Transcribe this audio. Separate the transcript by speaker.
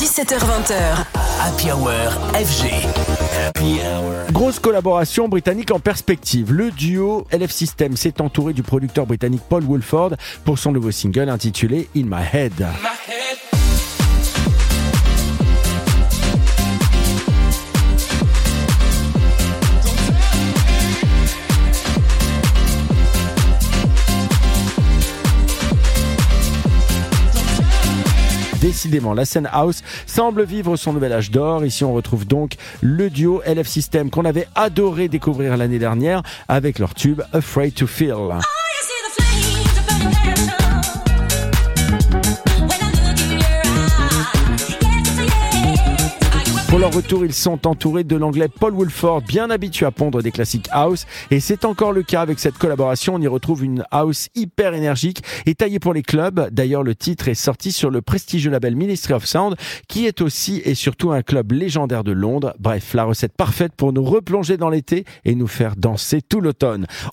Speaker 1: 17h20.
Speaker 2: Happy Hour FG. Happy Hour.
Speaker 3: Grosse collaboration britannique en perspective. Le duo LF System s'est entouré du producteur britannique Paul Woolford pour son nouveau single intitulé In My Head. Décidément, la scène house semble vivre son nouvel âge d'or. Ici, on retrouve donc le duo LF System qu'on avait adoré découvrir l'année dernière avec leur tube Afraid to Feel. Pour leur retour, ils sont entourés de l'anglais Paul Woolford, bien habitué à pondre des classiques house. Et c'est encore le cas avec cette collaboration. On y retrouve une house hyper énergique et taillée pour les clubs. D'ailleurs, le titre est sorti sur le prestigieux label Ministry of Sound, qui est aussi et surtout un club légendaire de Londres. Bref, la recette parfaite pour nous replonger dans l'été et nous faire danser tout l'automne.